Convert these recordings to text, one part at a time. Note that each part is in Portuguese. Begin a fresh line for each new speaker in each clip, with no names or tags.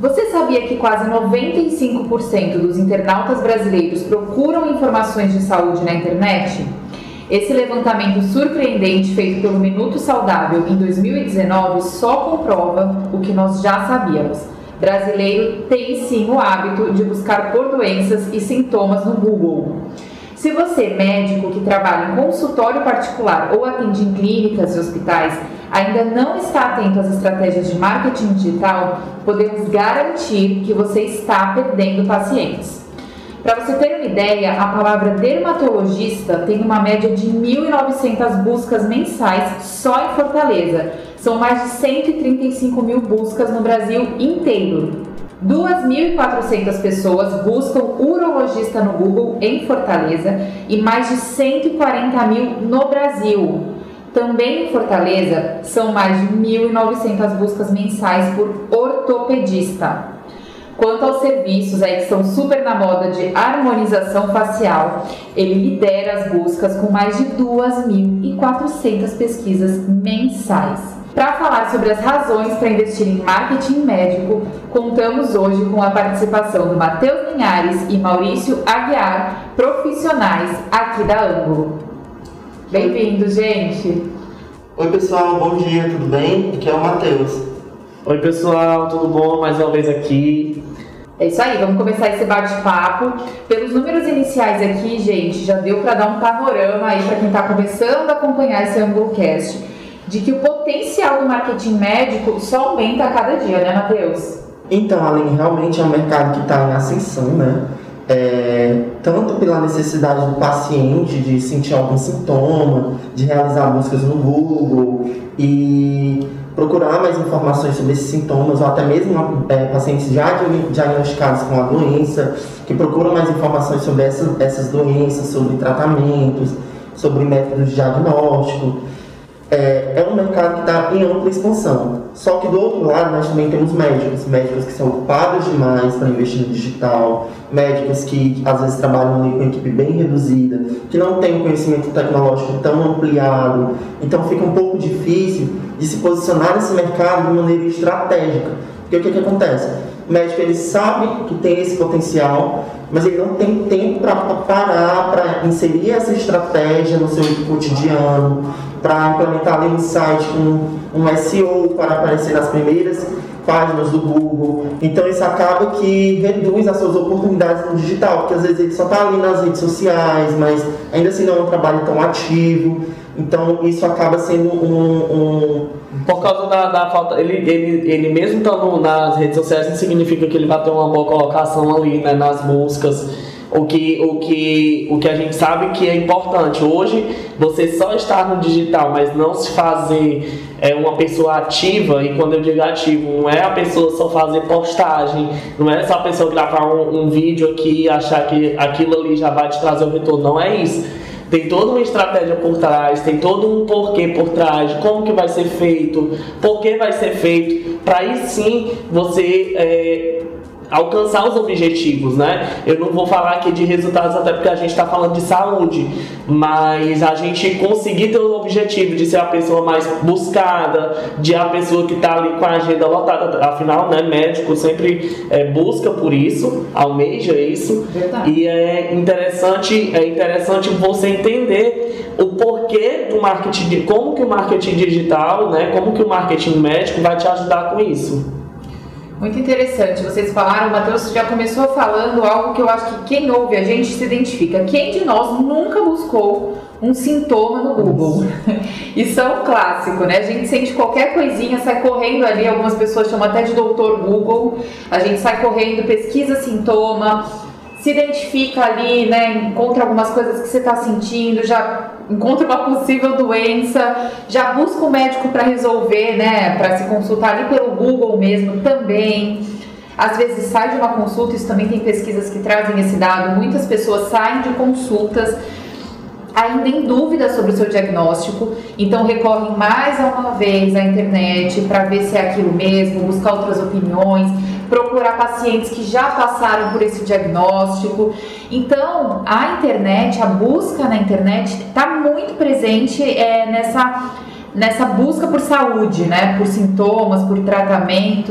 Você sabia que quase 95% dos internautas brasileiros procuram informações de saúde na internet? Esse levantamento surpreendente feito pelo Minuto Saudável em 2019 só comprova o que nós já sabíamos. Brasileiro tem sim o hábito de buscar por doenças e sintomas no Google. Se você, médico que trabalha em consultório particular ou atende em clínicas e hospitais, ainda não está atento às estratégias de marketing digital, podemos garantir que você está perdendo pacientes. Para você ter uma ideia, a palavra dermatologista tem uma média de 1.900 buscas mensais só em Fortaleza. São mais de 135 mil buscas no Brasil inteiro. 2.400 pessoas buscam urologista no Google em Fortaleza e mais de 140 mil no Brasil. Também em Fortaleza, são mais de 1.900 buscas mensais por ortopedista. Quanto aos serviços aí que estão super na moda de harmonização facial, ele lidera as buscas com mais de 2.400 pesquisas mensais. Para falar sobre as razões para investir em marketing médico, contamos hoje com a participação do Matheus Linhares e Maurício Aguiar, profissionais aqui da Ângulo. Bem-vindos, gente!
Oi pessoal, bom dia, tudo bem? Aqui é o Matheus.
Oi pessoal, tudo bom? Mais uma vez aqui.
É isso aí, vamos começar esse bate-papo. Pelos números iniciais aqui, gente, já deu para dar um panorama aí para quem está começando a acompanhar esse AngloCast, de que o potencial do marketing médico só aumenta a cada dia, né, Matheus?
Então, Aline, realmente é um mercado que está em ascensão, né? Tanto pela necessidade do paciente de sentir algum sintoma, de realizar buscas no Google e procurar mais informações sobre esses sintomas, ou até mesmo pacientes já diagnosticados com a doença, que procuram mais informações sobre essas doenças, sobre tratamentos, sobre métodos de diagnóstico. É um mercado que está em ampla expansão. Só que do outro lado nós também temos médicos que são ocupados demais para investir no digital, médicos que às vezes trabalham ali com uma equipe bem reduzida, que não tem um conhecimento tecnológico tão ampliado, então fica um pouco difícil de se posicionar nesse mercado de maneira estratégica. Porque o que acontece? O médico ele sabe que tem esse potencial, mas ele não tem tempo para parar, para inserir essa estratégia no seu cotidiano, para implementar ali um site com um SEO para aparecer nas primeiras páginas do Google. Então isso acaba que reduz as suas oportunidades no digital, porque às vezes ele só está ali nas redes sociais, mas ainda assim não é um trabalho tão ativo. Então isso acaba sendo
Por causa da falta, ele mesmo estando nas redes sociais não significa que ele vai ter uma boa colocação ali, né, nas buscas. O que a gente sabe que é importante hoje, você só estar no digital, mas não se fazer uma pessoa ativa. E quando eu digo ativo, não é a pessoa só fazer postagem, não é só a pessoa gravar um vídeo aqui e achar que aquilo ali já vai te trazer o retorno, não é isso. Tem toda uma estratégia por trás, tem todo um porquê por trás, como que vai ser feito, por que vai ser feito, para aí sim você alcançar os objetivos, né? Eu não vou falar aqui de resultados, até porque a gente está falando de saúde, mas a gente conseguir ter o objetivo de ser a pessoa mais buscada, de a pessoa que está ali com a agenda lotada, afinal, né, médico sempre busca por isso, almeja isso.
Verdade.
E é interessante você entender o porquê do marketing, como que o marketing digital, né, como que o marketing médico vai te ajudar com isso.
Muito interessante, vocês falaram, o Matheus já começou falando algo que eu acho que quem ouve a gente se identifica. Quem de nós nunca buscou um sintoma no Google? Isso é um clássico, né? A gente sente qualquer coisinha, sai correndo ali, algumas pessoas chamam até de doutor Google, a gente sai correndo, pesquisa sintoma, se identifica ali, né, encontra algumas coisas que você está sentindo, já encontra uma possível doença, já busca um médico para resolver, né, para se consultar ali pelo Google mesmo também. Às vezes sai de uma consulta, isso também tem pesquisas que trazem esse dado, muitas pessoas saem de consultas ainda em dúvida sobre o seu diagnóstico, então recorrem mais uma vez à internet para ver se é aquilo mesmo, buscar outras opiniões, procurar pacientes que já passaram por esse diagnóstico. Então, a internet, a busca na internet está muito presente nessa busca por saúde, né? Por sintomas, por tratamentos.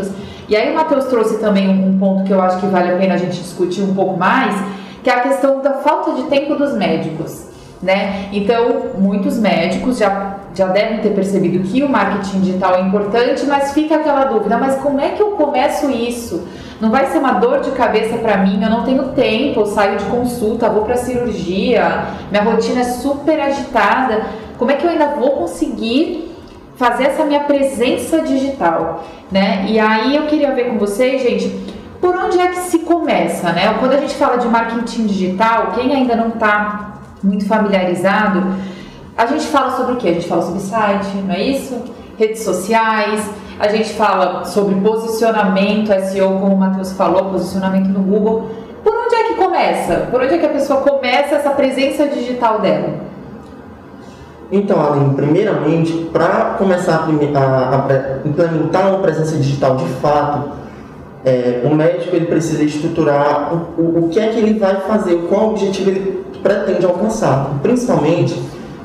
E aí o Matheus trouxe também um ponto que eu acho que vale a pena a gente discutir um pouco mais, que é a questão da falta de tempo dos médicos, né? Então, muitos médicos já devem ter percebido que o marketing digital é importante, mas fica aquela dúvida, mas como é que eu começo isso? Não vai ser uma dor de cabeça para mim, eu não tenho tempo, eu saio de consulta, vou para cirurgia, minha rotina é super agitada, como é que eu ainda vou conseguir fazer essa minha presença digital, né? E aí eu queria ver com vocês, gente, por onde é que se começa, né? Quando a gente fala de marketing digital, quem ainda não está muito familiarizado, a gente fala sobre o quê? A gente fala sobre site, não é isso? Redes sociais, a gente fala sobre posicionamento, SEO, como o Matheus falou, posicionamento no Google. Por onde é que começa? Por onde é que a pessoa começa essa presença digital dela?
Então, Aline, primeiramente, para começar a implementar uma presença digital de fato, o médico ele precisa estruturar o que é que ele vai fazer, qual o objetivo ele pretende alcançar. Principalmente,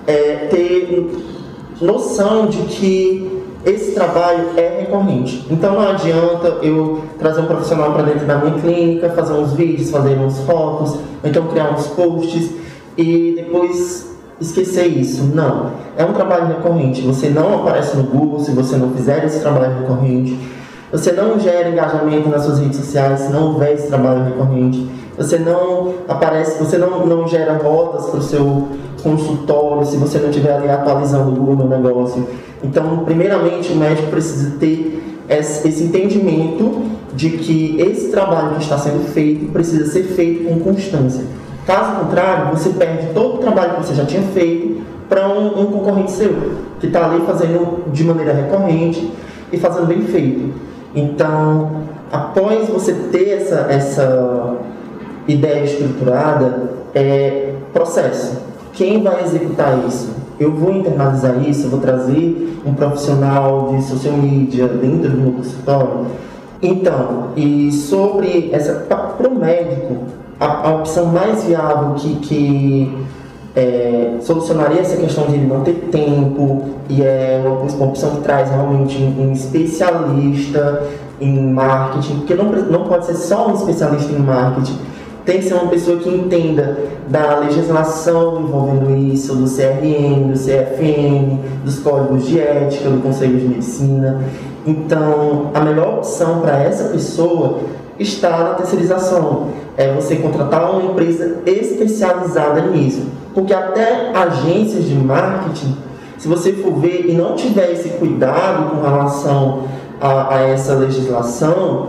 ter noção de que esse trabalho é recorrente. Então não adianta eu trazer um profissional para dentro da minha clínica, fazer uns vídeos, fazer umas fotos, então criar uns posts e depois esquecer isso. Não, é um trabalho recorrente. Você não aparece no Google se você não fizer esse trabalho recorrente. Você não gera engajamento nas suas redes sociais se não houver esse trabalho recorrente. Você não aparece, você não gera rotas para o seu consultório se você não estiver ali atualizando o Google Meu Negócio. Então, primeiramente, o médico precisa ter esse entendimento de que esse trabalho que está sendo feito precisa ser feito com constância. Caso contrário, você perde todo o trabalho que você já tinha feito para um concorrente seu, que está ali fazendo de maneira recorrente e fazendo bem feito. Então, após você ter essa ideia estruturada, processo. Quem vai executar isso? Eu vou internalizar isso, eu vou trazer um profissional de social media dentro do meu consultório. Então, e sobre para o médico, a opção mais viável que solucionaria essa questão de ele não ter tempo e é uma opção que traz realmente um especialista em marketing, porque não pode ser só um especialista em marketing, tem que ser uma pessoa que entenda da legislação envolvendo isso, do CRM, do CFM, dos códigos de ética, do Conselho de Medicina. Então, a melhor opção para essa pessoa está na terceirização. É você contratar uma empresa especializada nisso. Porque até agências de marketing, se você for ver e não tiver esse cuidado com relação a essa legislação,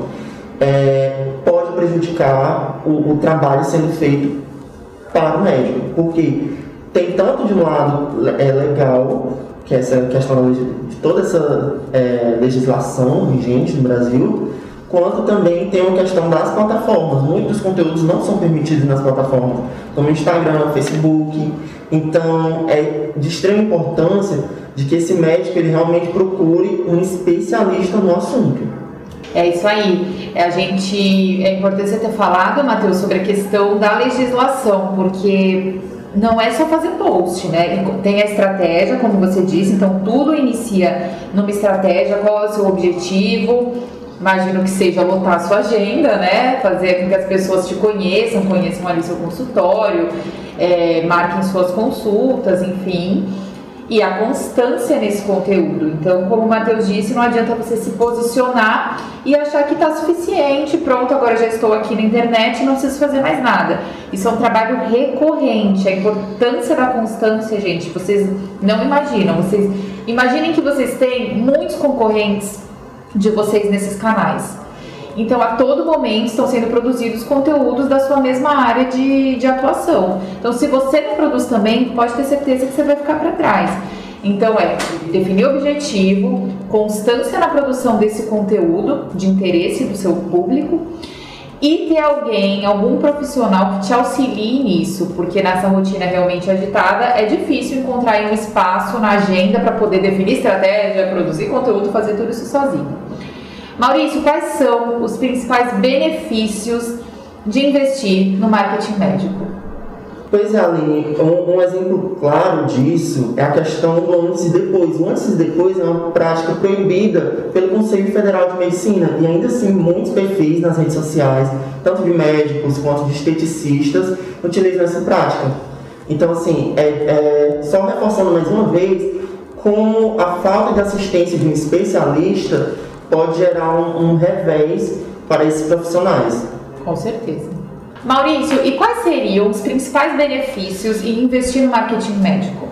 pode prejudicar o trabalho sendo feito para o médico. Porque tem tanto de um lado legal, que é essa questão de toda essa legislação vigente no Brasil, quanto também tem uma questão das plataformas. Muitos conteúdos não são permitidos nas plataformas, como Instagram, Facebook. Então, é de extrema importância de que esse médico ele realmente procure um especialista no assunto.
É isso aí. É importante você ter falado, Matheus, sobre a questão da legislação, porque não é só fazer post, né? Tem a estratégia, como você disse, então tudo inicia numa estratégia. Qual é o seu objetivo? Imagino que seja lotar a sua agenda, né? Fazer com que as pessoas te conheçam ali seu consultório, marquem suas consultas, enfim. E a constância nesse conteúdo. Então, como o Matheus disse, não adianta você se posicionar e achar que está suficiente, pronto, agora já estou aqui na internet e não preciso fazer mais nada. Isso é um trabalho recorrente. A importância da constância, gente, vocês não imaginam. Vocês imaginem que vocês têm muitos concorrentes de vocês nesses canais. Então, a todo momento estão sendo produzidos conteúdos da sua mesma área de atuação. Então, se você não produz também, pode ter certeza que você vai ficar para trás. Então, definir o objetivo, constância na produção desse conteúdo de interesse do seu público e ter algum profissional que te auxilie nisso, porque nessa rotina realmente agitada é difícil encontrar um espaço na agenda para poder definir estratégia, produzir conteúdo, fazer tudo isso sozinho. Maurício, quais são os principais benefícios de investir no marketing médico?
Pois é, Aline, um exemplo claro disso é a questão do antes e depois. O antes e depois é uma prática proibida pelo Conselho Federal de Medicina e ainda assim muitos perfis nas redes sociais, tanto de médicos quanto de esteticistas, utilizam essa prática. Então, assim, só reforçando mais uma vez, como a falta de assistência de um especialista pode gerar um revés para esses profissionais.
Com certeza. Maurício, e quais seriam os principais benefícios em investir no marketing médico?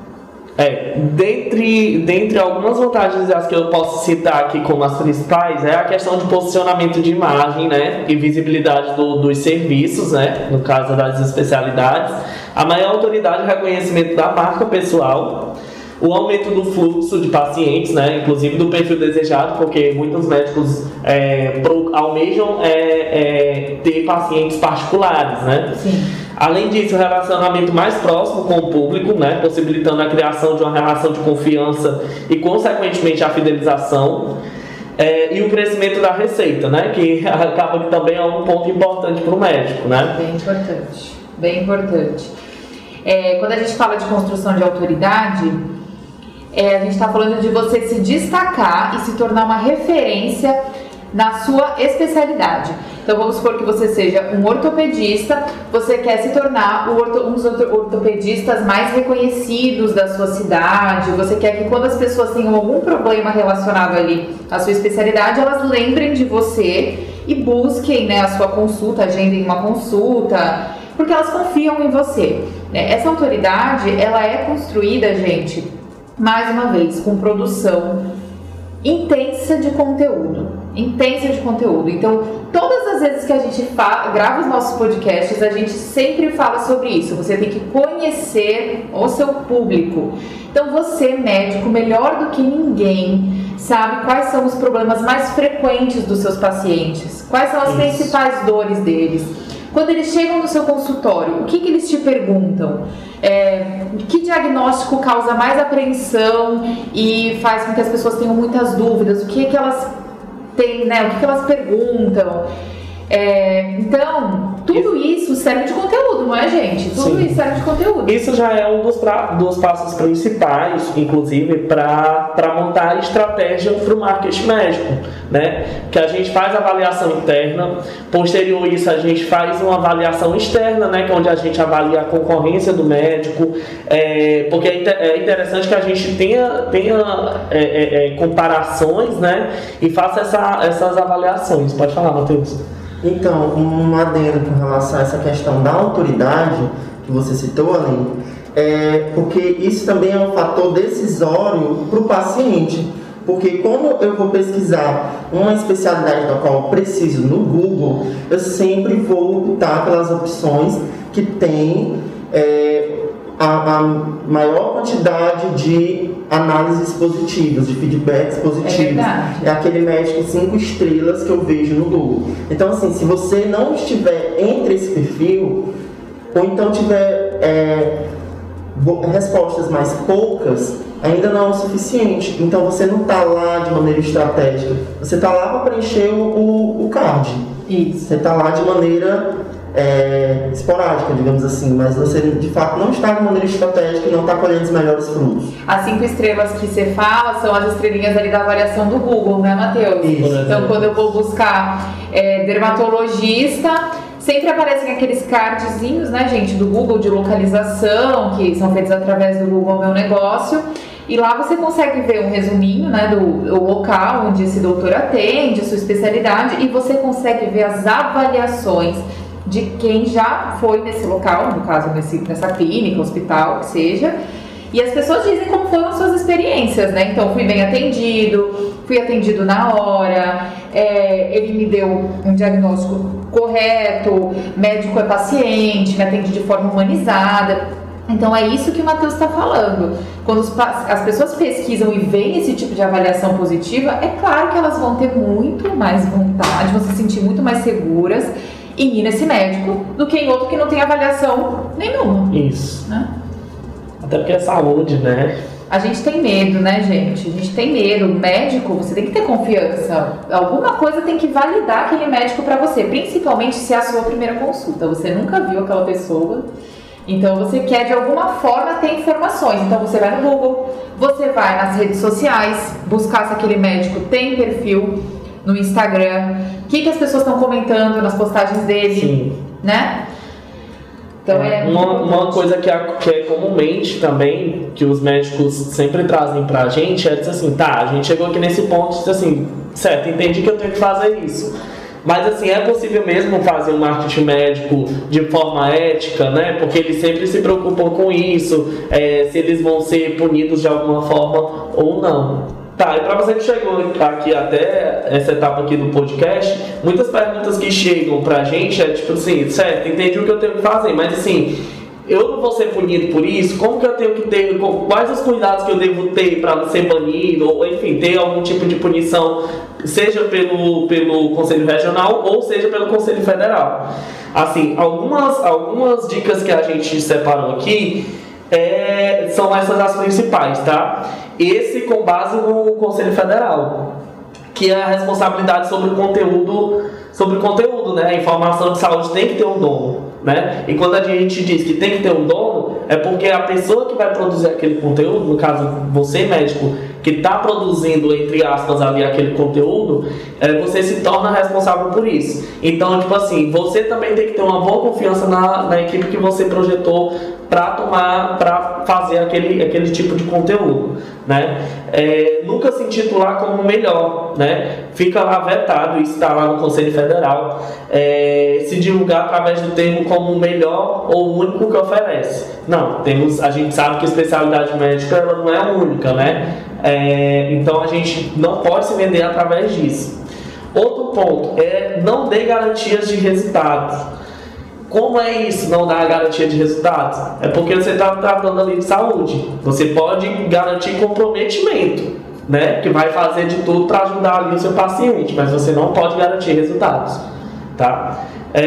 Dentre algumas vantagens as que eu posso citar aqui como as principais, é a questão de posicionamento de imagem, né, e visibilidade dos serviços, né, no caso das especialidades, a maior autoridade e reconhecimento da marca pessoal, o aumento do fluxo de pacientes, né, inclusive do perfil desejado, porque muitos médicos almejam ter pacientes particulares, né?
Sim.
Além disso, o relacionamento mais próximo com o público, né, possibilitando a criação de uma relação de confiança e, consequentemente, a fidelização. E o crescimento da receita, né, que acaba que também é um ponto importante para o médico, né?
Bem importante, bem importante. Quando a gente fala de construção de autoridade, a gente está falando de você se destacar e se tornar uma referência na sua especialidade. Então vamos supor que você seja um ortopedista, você quer se tornar um dos ortopedistas mais reconhecidos da sua cidade, você quer que quando as pessoas tenham algum problema relacionado ali à sua especialidade, elas lembrem de você e busquem, né, a sua consulta, agendem uma consulta, porque elas confiam em você. Essa autoridade, ela é construída, gente, mais uma vez, com produção intensa de conteúdo. Então, todas as vezes que a gente grava os nossos podcasts, a gente sempre fala sobre isso. Você tem que conhecer o seu público. Então, você, médico, melhor do que ninguém, sabe quais são os problemas mais frequentes dos seus pacientes, quais são as principais dores deles. Quando eles chegam no seu consultório, o que eles te perguntam? Que diagnóstico causa mais apreensão e faz com que as pessoas tenham muitas dúvidas? O que elas têm, né? O que elas perguntam? Então, tudo isso serve de conteúdo, não é, gente? Tudo isso serve de conteúdo.
Isso já é um dos passos principais, inclusive, para montar a estratégia para o marketing médico, né? Que a gente faz avaliação interna, posterior a isso a gente faz uma avaliação externa, né? Que é onde a gente avalia a concorrência do médico, porque é interessante que a gente tenha comparações, né? E faça essas avaliações. Pode falar, Matheus.
Então, um adendo com relação a essa questão da autoridade que você citou, Aline, porque isso também é um fator decisório para o paciente. Porque quando eu vou pesquisar uma especialidade da qual eu preciso no Google, eu sempre vou optar pelas opções que têm a maior quantidade de análises positivas, de feedbacks positivos. É aquele médico 5 estrelas que eu vejo no Google. Então, assim, se você não estiver entre esse perfil, ou então tiver respostas mais poucas, ainda não é o suficiente. Então, você não está lá de maneira estratégica. Você está lá para preencher o card.
Isso.
Você está lá de maneira esporádica, digamos assim, mas você de fato não está de maneira estratégica e não está colhendo os melhores frutos.
As 5 estrelas que você fala são as estrelinhas ali da avaliação do Google, né, Matheus?
Isso.
Então, quando eu vou buscar dermatologista, sempre aparecem aqueles cardzinhos, né, gente, do Google de localização, que são feitos através do Google Meu Negócio. E lá você consegue ver um resuminho, né, do local onde esse doutor atende, sua especialidade, e você consegue ver as avaliações de quem já foi nesse local, no caso nessa clínica, hospital, que seja, e as pessoas dizem como foram suas experiências, né? Então, fui bem atendido, fui atendido na hora, ele me deu um diagnóstico correto, médico é paciente, me atende de forma humanizada. Então, é isso que o Matheus está falando. Quando as pessoas pesquisam e veem esse tipo de avaliação positiva, é claro que elas vão ter muito mais vontade, vão se sentir muito mais seguras em ir nesse médico do que em outro que não tem avaliação nenhuma.
Isso.
Né?
Até porque é saúde, né?
A gente tem medo, né, gente? A gente tem medo. O médico, você tem que ter confiança. Alguma coisa tem que validar aquele médico pra você, principalmente se é a sua primeira consulta. Você nunca viu aquela pessoa, Então você quer de alguma forma ter informações. Então você vai no Google, você vai nas redes sociais, buscar se aquele médico tem perfil no Instagram, o que as pessoas estão comentando nas postagens dele,
Sim.
né? Então
uma coisa que é comumente também, que os médicos sempre trazem pra gente, é dizer assim, tá, a gente chegou aqui nesse ponto, diz assim, certo, entendi que eu tenho que fazer isso. Mas assim, é possível mesmo fazer um marketing médico de forma ética, né? Porque eles sempre se preocupam com isso, se eles vão ser punidos de alguma forma ou não. Tá, e para você que chegou aqui até essa etapa aqui do podcast, muitas perguntas que chegam pra gente é tipo assim, certo, entendi o que eu tenho que fazer, mas assim, eu não vou ser punido por isso? Como que eu tenho que ter, quais os cuidados que eu devo ter para não ser banido, ou enfim, ter algum tipo de punição, seja pelo Conselho Regional ou seja pelo Conselho Federal? Assim, algumas dicas que a gente separou aqui são essas as principais, tá? Esse com base no Conselho Federal, que é a responsabilidade sobre o conteúdo, né? A informação de saúde tem que ter um dono, né? E quando a gente diz que tem que ter um dono, é porque a pessoa que vai produzir aquele conteúdo, no caso você médico, que está produzindo, entre aspas, ali aquele conteúdo, você se torna responsável por isso. Então, tipo assim, você também tem que ter uma boa confiança na equipe que você projetou para fazer aquele tipo de conteúdo, né? Nunca se intitular como melhor, né? Fica lá vetado, isso está lá no Conselho Federal, se divulgar através do termo como o melhor ou o único que oferece. Não, a gente sabe que a especialidade médica ela não é a única, né? Então a gente não pode se vender através disso. Outro ponto não dê garantias de resultados. Como é isso, não dar garantia de resultados? É porque você está tratando ali de saúde. Você pode garantir comprometimento, né? Que vai fazer de tudo para ajudar ali o seu paciente, mas você não pode garantir resultados, tá?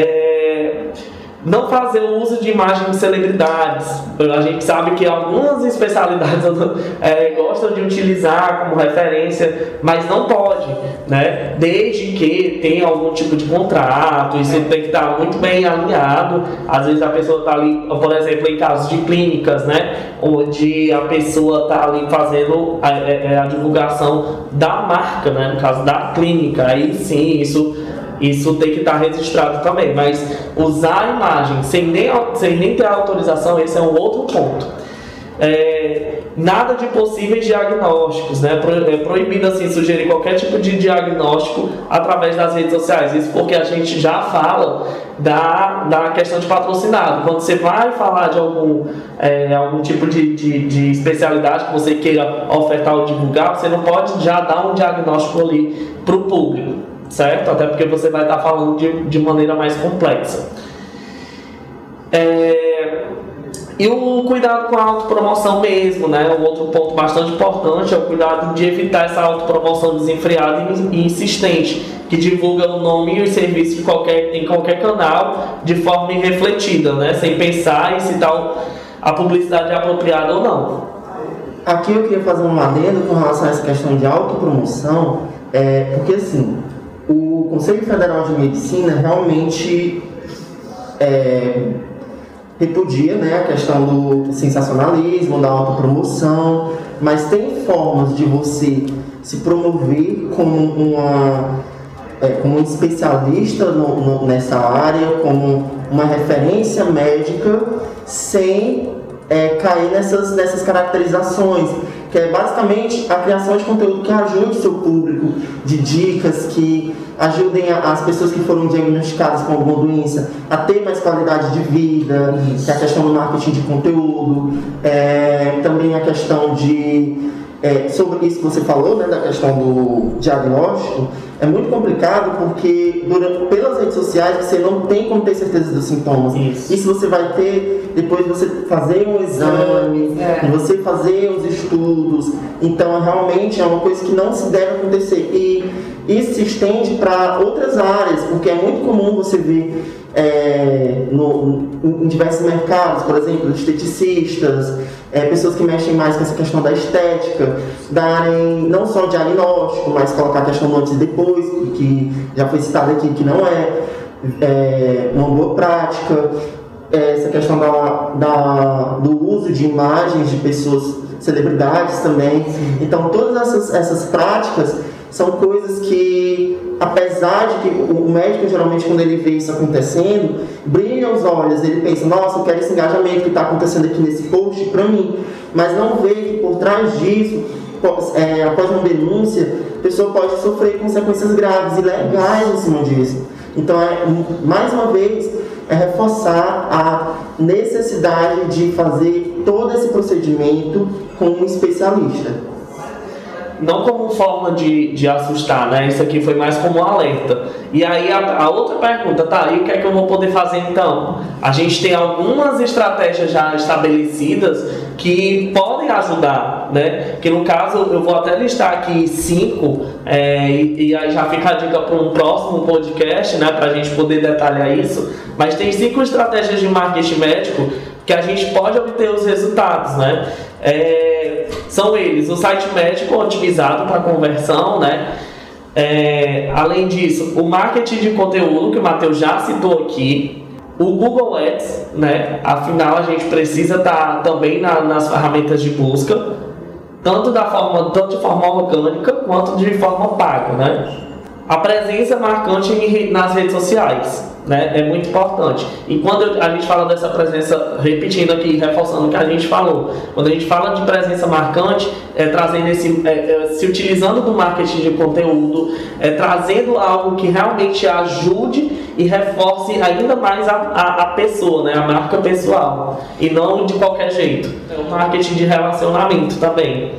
Não fazer o uso de imagens de celebridades. A gente sabe que algumas especialidades gostam de utilizar como referência, mas não pode, né? Desde que tenha algum tipo de contrato, isso tem que estar muito bem alinhado. Às vezes a pessoa está ali, por exemplo, em casos de clínicas, né? Onde a pessoa está ali fazendo a divulgação da marca, né? No caso da clínica, aí sim, isso tem que estar registrado também, mas usar a imagem sem nem ter autorização, esse é um outro ponto. Nada de possíveis diagnósticos, né? É proibido assim sugerir qualquer tipo de diagnóstico através das redes sociais. Isso porque a gente já fala da questão de patrocinado. Quando você vai falar de algum tipo de especialidade que você queira ofertar ou divulgar, você não pode já dar um diagnóstico ali para o público, certo? Até porque você vai estar falando de maneira mais complexa. E o cuidado com a autopromoção mesmo, né? Um outro ponto bastante importante é o cuidado de evitar essa autopromoção desenfreada e insistente, que divulga o nome e os serviços em qualquer canal de forma irrefletida, né? Sem pensar em se a publicidade é apropriada ou não.
Aqui eu queria fazer um adendo com relação a essa questão de autopromoção, porque assim, o Conselho Federal de Medicina realmente repudia, né, a questão do sensacionalismo, da autopromoção, mas tem formas de você se promover como um especialista nessa área, como uma referência médica, sem cair nessas caracterizações, que é basicamente a criação de conteúdo que ajude o seu público, de dicas que ajudem as pessoas que foram diagnosticadas com alguma doença a ter mais qualidade de vida, que é a questão do marketing de conteúdo, também a questão sobre isso que você falou, né, da questão do diagnóstico. É muito complicado porque pelas redes sociais você não tem como ter certeza dos sintomas. Isso. E se você vai ter, depois você fazer um exame, você fazer os estudos. Então realmente é uma coisa que não se deve acontecer. E isso se estende para outras áreas, porque é muito comum você ver em diversos mercados, por exemplo, esteticistas, pessoas que mexem mais com essa questão da estética, darem não só diagnóstico, mas colocar a questão do antes e depois, que já foi citado aqui, que não é uma boa prática. essa questão do uso de imagens de pessoas, celebridades também. Então, todas essas práticas são coisas que, apesar de que o médico, geralmente, quando ele vê isso acontecendo, brilha os olhos, ele pensa, nossa, eu quero esse engajamento que está acontecendo aqui nesse post para mim, mas não vê que por trás disso, após uma denúncia, a pessoa pode sofrer consequências graves e legais em cima disso. Então, mais uma vez, reforçar a necessidade de fazer todo esse procedimento com um especialista.
Não como forma de assustar, né? Isso aqui foi mais como um alerta. E aí a outra pergunta, tá, e o que é que eu vou poder fazer então? A gente tem algumas estratégias já estabelecidas que podem ajudar, né? Que no caso eu vou até listar aqui 5, e aí já fica a dica para um próximo podcast, né? Para a gente poder detalhar isso. Mas tem 5 estratégias de marketing médico que a gente pode obter os resultados, né? São eles: o site médico otimizado para conversão, né? Além disso, o marketing de conteúdo, que o Matheus já citou aqui, o Google Ads, né? Afinal, a gente precisa estar também nas ferramentas de busca, tanto de forma orgânica quanto de forma paga, né? A presença marcante nas redes sociais, né? É muito importante. E quando a gente fala dessa presença, repetindo aqui, reforçando o que a gente falou, quando a gente fala de presença marcante, trazendo se utilizando do marketing de conteúdo, trazendo algo que realmente ajude e reforce ainda mais a pessoa, né? A marca pessoal, e não de qualquer jeito. É um marketing de relacionamento também.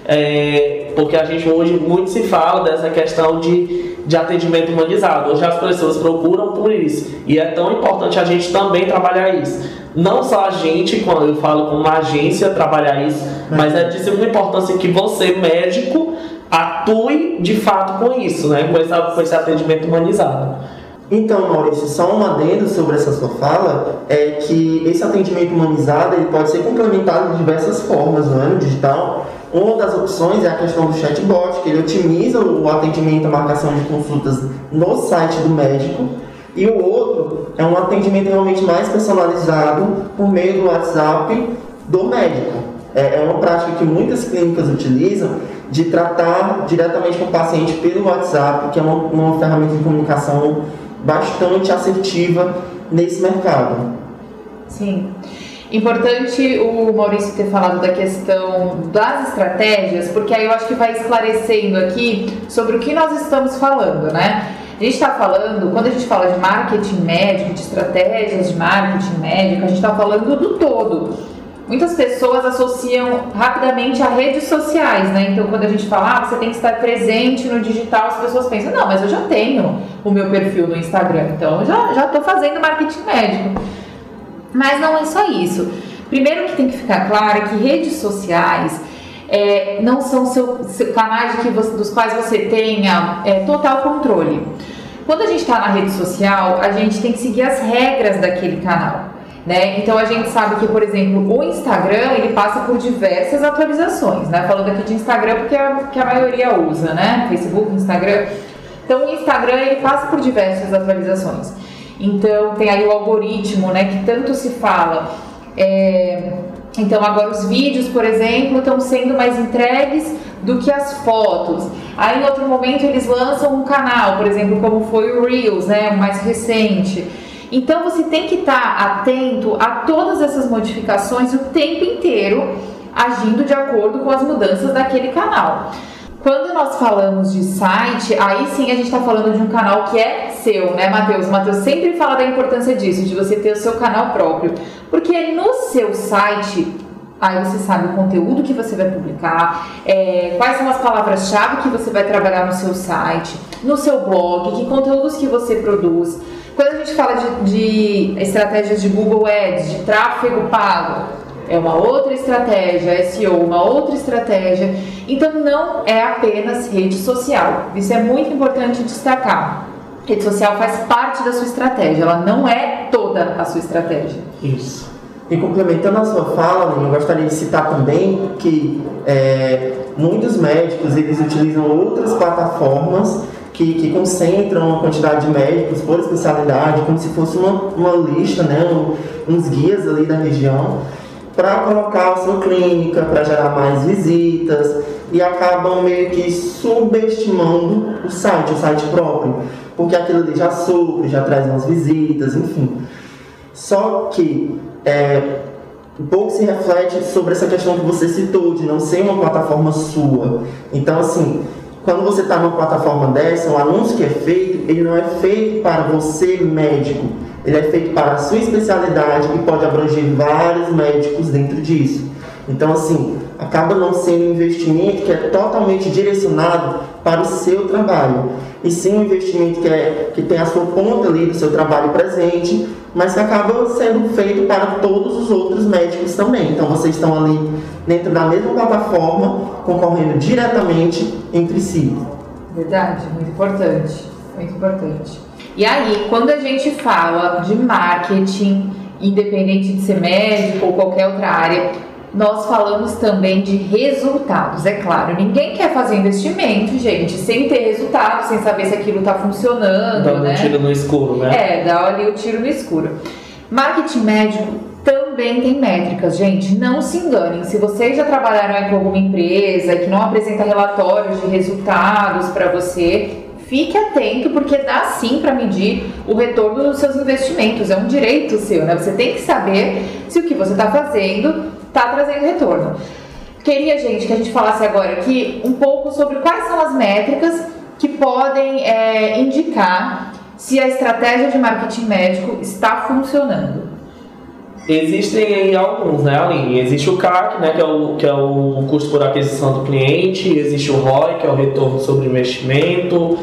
Porque a gente hoje muito se fala dessa questão de atendimento humanizado. Hoje as pessoas procuram por isso, e é tão importante a gente também trabalhar isso. Não só a gente, quando eu falo como uma agência, trabalhar isso, mas é de suma importância que você, médico, atue de fato com isso, né? Com esse atendimento humanizado.
Então, Maurício, só um adendo sobre essa sua fala, é que esse atendimento humanizado ele pode ser complementado de diversas formas, não é, no digital. Uma das opções é a questão do chatbot, que ele otimiza o atendimento, a marcação de consultas no site do médico. E o outro é um atendimento realmente mais personalizado por meio do WhatsApp do médico. É uma prática que muitas clínicas utilizam, de tratar diretamente com o paciente pelo WhatsApp, que é uma ferramenta de comunicação bastante assertiva nesse mercado.
Sim. Importante o Maurício ter falado da questão das estratégias, porque aí eu acho que vai esclarecendo aqui sobre o que nós estamos falando, né? A gente está falando, quando a gente fala de marketing médico, de estratégias de marketing médico, a gente está falando do todo. Muitas pessoas associam rapidamente a redes sociais, né? Então, quando a gente fala, você tem que estar presente no digital, as pessoas pensam, não, mas eu já tenho o meu perfil no Instagram, então eu já estou fazendo marketing médico. Mas não é só isso. Primeiro que tem que ficar claro é que redes sociais não são canais dos quais você tenha total controle. Quando a gente está na rede social, a gente tem que seguir as regras daquele canal, né? Então a gente sabe que, por exemplo, o Instagram ele passa por diversas atualizações, né? Falando aqui de Instagram porque é o que a maioria usa, né? Facebook, Instagram. Então o Instagram ele passa por diversas atualizações. Então tem aí o algoritmo, né, que tanto se fala. Então agora os vídeos, por exemplo, estão sendo mais entregues do que as fotos. Aí em outro momento eles lançam um canal, por exemplo, como foi o Reels, né, o mais recente. Então você tem que estar atento a todas essas modificações o tempo inteiro, agindo de acordo com as mudanças daquele canal. Quando nós falamos de site, aí sim a gente está falando de um canal que é seu, né, Matheus? O Matheus sempre fala da importância disso, de você ter o seu canal próprio. Porque no seu site, aí você sabe o conteúdo que você vai publicar, quais são as palavras-chave que você vai trabalhar no seu site, no seu blog, que conteúdos que você produz. Quando a gente fala de estratégias de Google Ads, de tráfego pago, é uma outra estratégia, SEO, uma outra estratégia. Então não é apenas rede social. Isso é muito importante destacar. Rede social faz parte da sua estratégia, ela não é toda a sua estratégia.
Isso. E complementando a sua fala, eu gostaria de citar também que muitos médicos eles utilizam outras plataformas que concentram uma quantidade de médicos por especialidade, como se fosse uma lista, né, uns guias ali da região, para colocar a sua clínica, para gerar mais visitas, e acabam meio que subestimando o site próprio, porque aquilo ali já supre, já traz umas visitas, enfim. Só que um pouco se reflete sobre essa questão que você citou, de não ser uma plataforma sua. Então, assim, quando você está numa plataforma dessa, o anúncio que é feito, ele não é feito para você, médico. Ele é feito para a sua especialidade e pode abranger vários médicos dentro disso. Então, assim, acaba não sendo um investimento que é totalmente direcionado para o seu trabalho. E sim um investimento que tem a sua ponta ali do seu trabalho presente, mas que acaba sendo feito para todos os outros médicos também. Então, vocês estão ali dentro da mesma plataforma, concorrendo diretamente entre si.
Verdade, muito importante, muito importante. E aí, quando a gente fala de marketing, independente de ser médico ou qualquer outra área, nós falamos também de resultados, é claro. Ninguém quer fazer investimento, gente, sem ter resultado, sem saber se aquilo está funcionando,
dando um tiro no escuro, né?
Dá ali o tiro no escuro. Marketing médico também tem métricas, gente, não se enganem. Se vocês já trabalharam aí com alguma empresa que não apresenta relatórios de resultados para você, fique atento, porque dá sim para medir o retorno dos seus investimentos. É um direito seu, né? Você tem que saber se o que você está fazendo está trazendo retorno. Queria, gente, que a gente falasse agora aqui um pouco sobre quais são as métricas que podem indicar se a estratégia de marketing médico está funcionando.
Existem aí alguns, né, Aline? Existe o CAC, né, que é o custo por aquisição do cliente, existe o ROI, que é o retorno sobre investimento,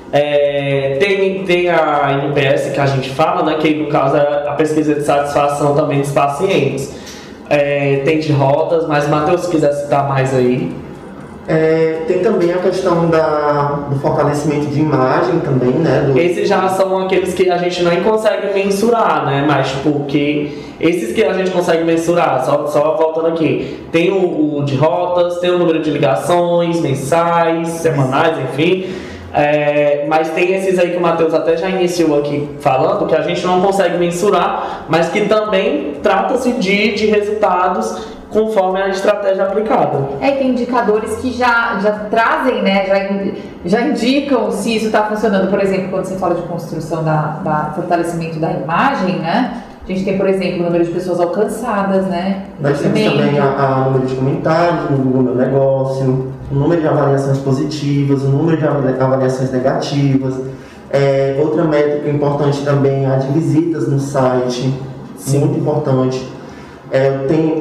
tem a NPS que a gente fala, né, que no caso é a pesquisa de satisfação também dos pacientes. Tem de rotas, mas Matheus, se quiser citar mais aí.
Tem também a questão do fortalecimento de imagem também, né?
Esses já são aqueles que a gente nem consegue mensurar, né? Mas porque esses que a gente consegue mensurar, só voltando aqui, tem o de rotas, tem o número de ligações mensais, semanais, enfim. Mas tem esses aí que o Matheus até já iniciou aqui falando, que a gente não consegue mensurar, mas que também trata-se de resultados conforme a estratégia aplicada.
Tem indicadores que já trazem, né, já indicam se isso está funcionando. Por exemplo, quando você fala de construção da fortalecimento da imagem, né, a gente tem, por exemplo, o número de pessoas alcançadas, né?
Nós temos também o número de comentários no Google Meu Negócio, o número de avaliações positivas, o número de avaliações negativas. Outra métrica importante também é a de visitas no site. Sim. Muito importante. O tempo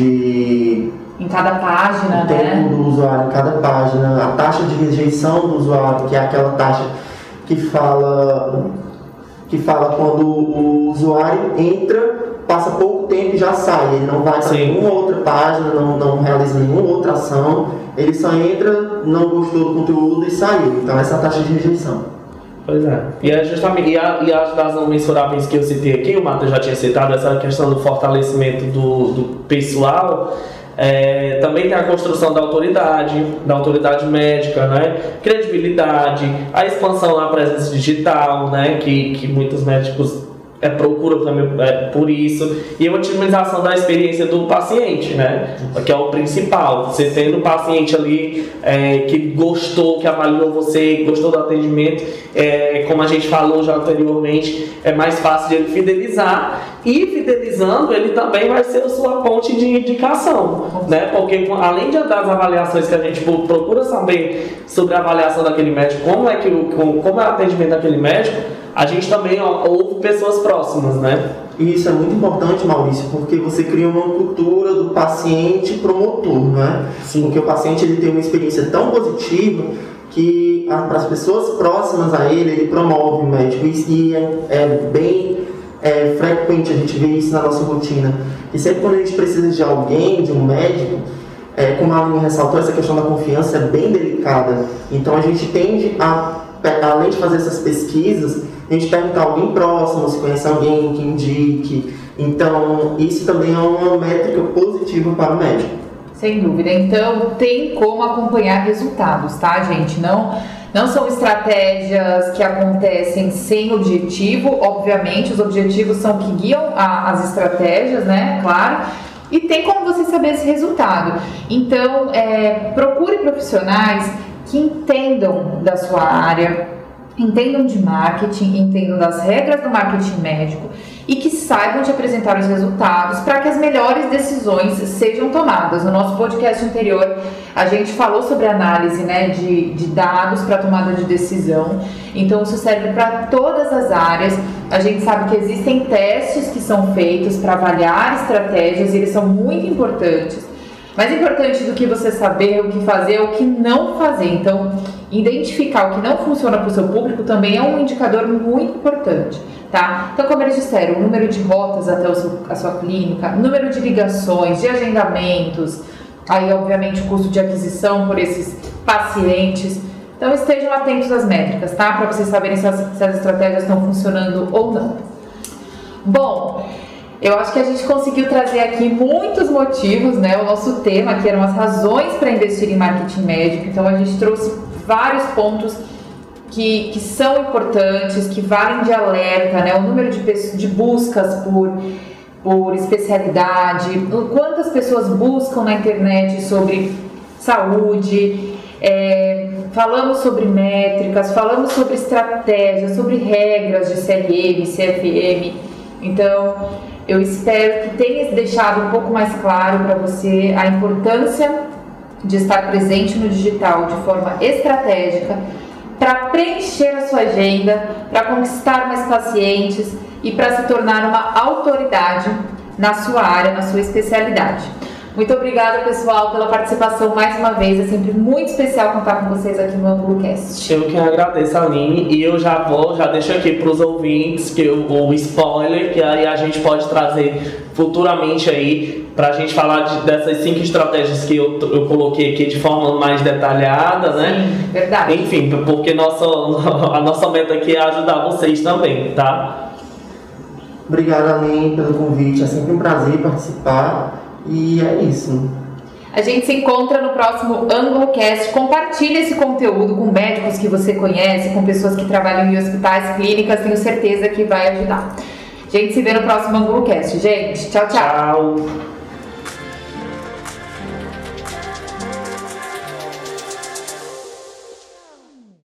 em cada página,
o tempo do usuário em cada página, a taxa de rejeição do usuário, que é aquela taxa que fala quando o usuário entra, passa pouco tempo e já sai. Ele não vai para nenhuma outra página, não realiza nenhuma outra ação, ele só entra, não gostou do conteúdo e saiu. Então essa é a taxa de rejeição.
Pois é. E é justamente as das não mensuráveis que eu citei aqui, o Matheus já tinha citado, essa questão do fortalecimento do pessoal. Também tem a construção da autoridade médica, né? Credibilidade, a expansão na presença digital, né? Que muitos médicos procuram também por isso, e a otimização da experiência do paciente, né? Que é o principal. Você tendo o paciente ali que gostou, que avaliou você, gostou do atendimento, como a gente falou já anteriormente, é mais fácil de ele fidelizar, e fidelizando ele também vai ser a sua ponte de indicação, né? Porque além das avaliações que a gente procura saber sobre a avaliação daquele médico, como é o atendimento daquele médico, a gente também ouve pessoas próximas, né?
E isso é muito importante, Maurício, porque você cria uma cultura do paciente promotor, né?
Sim.
Porque o paciente ele tem uma experiência tão positiva que para as pessoas próximas a ele promove o médico. E é bem frequente a gente ver isso na nossa rotina. E sempre quando a gente precisa de alguém, de um médico, como a Aline ressaltou, essa questão da confiança é bem delicada. Então a gente tende além de fazer essas pesquisas, a gente perguntar a alguém próximo, se conhece alguém que indique. Então, isso também é uma métrica positiva para o médico.
Sem dúvida. Então, tem como acompanhar resultados, tá, gente? Não são estratégias que acontecem sem objetivo. Obviamente, os objetivos são que guiam as estratégias, né? Claro. E tem como você saber esse resultado. Então, procure profissionais que entendam da sua área, entendam de marketing, entendam das regras do marketing médico e que saibam te apresentar os resultados para que as melhores decisões sejam tomadas. No nosso podcast anterior, a gente falou sobre análise, né, de dados para tomada de decisão. Então, isso serve para todas as áreas. A gente sabe que existem testes que são feitos para avaliar estratégias e eles são muito importantes. Mais importante do que você saber o que fazer é o que não fazer. Então, identificar o que não funciona para o seu público também é um indicador muito importante, tá? Então, como eles disseram, o número de rotas até a sua clínica, número de ligações, de agendamentos, aí, obviamente, o custo de aquisição por esses pacientes. Então, estejam atentos às métricas, tá? Para vocês saberem se as estratégias estão funcionando ou não. Bom, eu acho que a gente conseguiu trazer aqui muitos motivos, né? O nosso tema aqui eram as razões para investir em marketing médico. Então, a gente trouxe vários pontos que são importantes, que valem de alerta, né? O número de buscas por especialidade, quantas pessoas buscam na internet sobre saúde, falamos sobre métricas, falamos sobre estratégias, sobre regras de CRM, CFM. Então, eu espero que tenha deixado um pouco mais claro para você a importância de estar presente no digital de forma estratégica para preencher a sua agenda, para conquistar mais pacientes e para se tornar uma autoridade na sua área, na sua especialidade. Muito obrigada, pessoal, pela participação mais uma vez. É sempre muito especial contar com vocês aqui no AnguloCast.
Eu que agradeço, Aline, e eu já deixo aqui para os ouvintes que o spoiler, que aí a gente pode trazer futuramente aí para a gente falar dessas 5 estratégias que eu coloquei aqui de forma mais detalhada, né?
Sim, verdade.
Enfim, porque a nossa meta aqui é ajudar vocês também, tá?
Obrigado, Aline, pelo convite. É sempre um prazer participar. E é isso.
A gente se encontra no próximo AnguloCast. Compartilhe esse conteúdo com médicos que você conhece, com pessoas que trabalham em hospitais, clínicas. Tenho certeza que vai ajudar. A gente se vê no próximo AnguloCast. Gente, tchau, tchau.
Tchau.